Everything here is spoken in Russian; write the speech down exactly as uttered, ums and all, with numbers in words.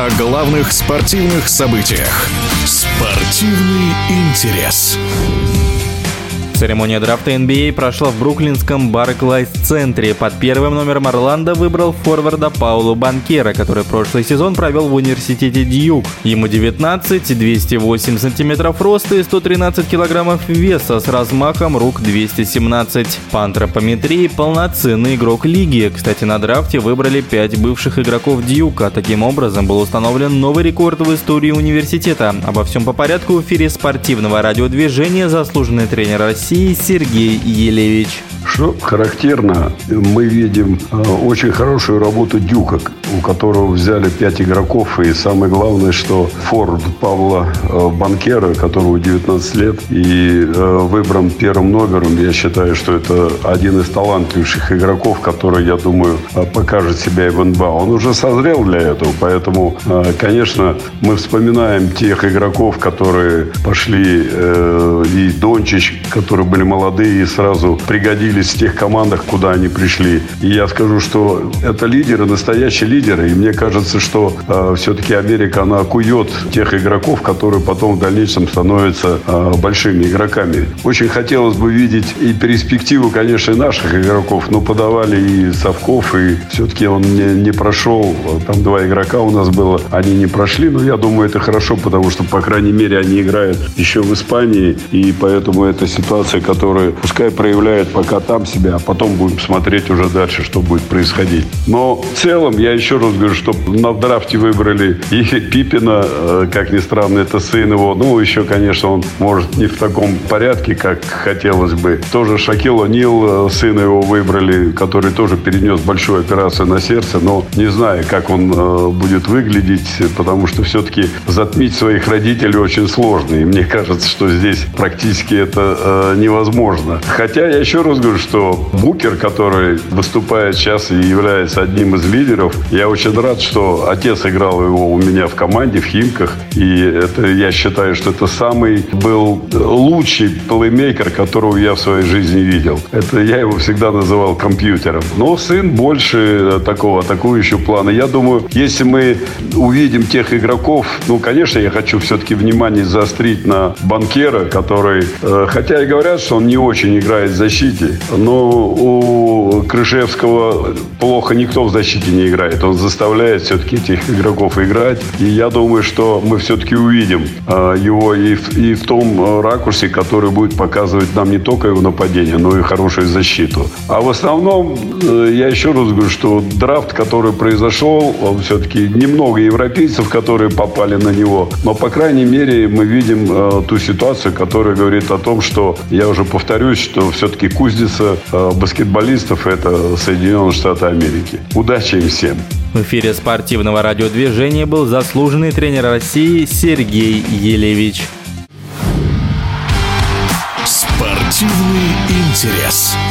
О главных спортивных событиях. Спортивный интерес. Церемония драфта эн би эй прошла в бруклинском Барклайс-центре. Под первым номером Орландо выбрал форварда Пауло Банкера, который прошлый сезон провел в университете Дьюк. Ему девятнадцать, двести восемь сантиметров роста и сто тринадцать килограммов веса с размахом рук двести семнадцать. По антропометрии полноценный игрок лиги. Кстати, на драфте выбрали пять бывших игроков Дьюка. Таким образом, был установлен новый рекорд в истории университета. Обо всем по порядку в эфире спортивного радиодвижения заслуженный тренер России Сергей Елевич. Что характерно, мы видим э, очень хорошую работу Дьюка, у которого взяли пять игроков. И самое главное, что форвард Павла э, Банкера, которому девятнадцать лет, и э, выбран первым номером, я считаю, что это один из талантливейших игроков, который, я думаю, покажет себя и в эн бэ а. Он уже созрел для этого, поэтому, э, конечно, мы вспоминаем тех игроков, которые пошли, э, и Дончич, которые были молодые и сразу пригодились в тех командах, куда они пришли. И я скажу, что это лидеры, настоящие лидеры. И мне кажется, что э, все-таки Америка, она кует тех игроков, которые потом в дальнейшем становятся э, большими игроками. Очень хотелось бы видеть и перспективу, конечно, наших игроков. Но подавали и Совков, и все-таки он не, не прошел. Там два игрока у нас было, они не прошли. Но я думаю, это хорошо, потому что, по крайней мере, они играют еще в Испании. И поэтому это ситуация, которая пускай проявляет пока там себя, а потом будем смотреть уже дальше, что будет происходить. Но в целом, я еще раз говорю, что на драфте выбрали и Пиппина, как ни странно, это сын его. Ну, еще, конечно, он может не в таком порядке, как хотелось бы. Тоже Шакил О'Нил, сына его выбрали, который тоже перенес большую операцию на сердце, но не знаю, как он будет выглядеть, потому что все-таки затмить своих родителей очень сложно. И мне кажется, что здесь практически это невозможно. Хотя я еще раз говорю, что Букер, который выступает сейчас и является одним из лидеров, я очень рад, что отец играл его у меня в команде, в Химках. И это, я считаю, что это самый был лучший плеймейкер, которого я в своей жизни видел. Это я его всегда называл компьютером. Но сын больше такого атакующего плана. Я думаю, если мы увидим тех игроков, ну, конечно, я хочу все-таки внимание заострить на Банкера, который, хотя и говорят, что он не очень играет в защите, но у Крышевского плохо никто в защите не играет. Он заставляет все-таки этих игроков играть. И я думаю, что мы все-таки увидим э, его и в, и в том э, ракурсе, который будет показывать нам не только его нападение, но и хорошую защиту. А в основном, э, я еще раз говорю, что драфт, который произошел, он все-таки немного европейцев, которые попали на него. Но, по крайней мере, мы видим э, ту ситуацию, которая говорит о том, что, я уже повторюсь, что все-таки кузница э, баскетболистов — это Соединенные Штаты Америки. Удачи им всем! В эфире спортивного радиодвижения был заслуженный тренер России Сергей Елевич. Спортивный интерес.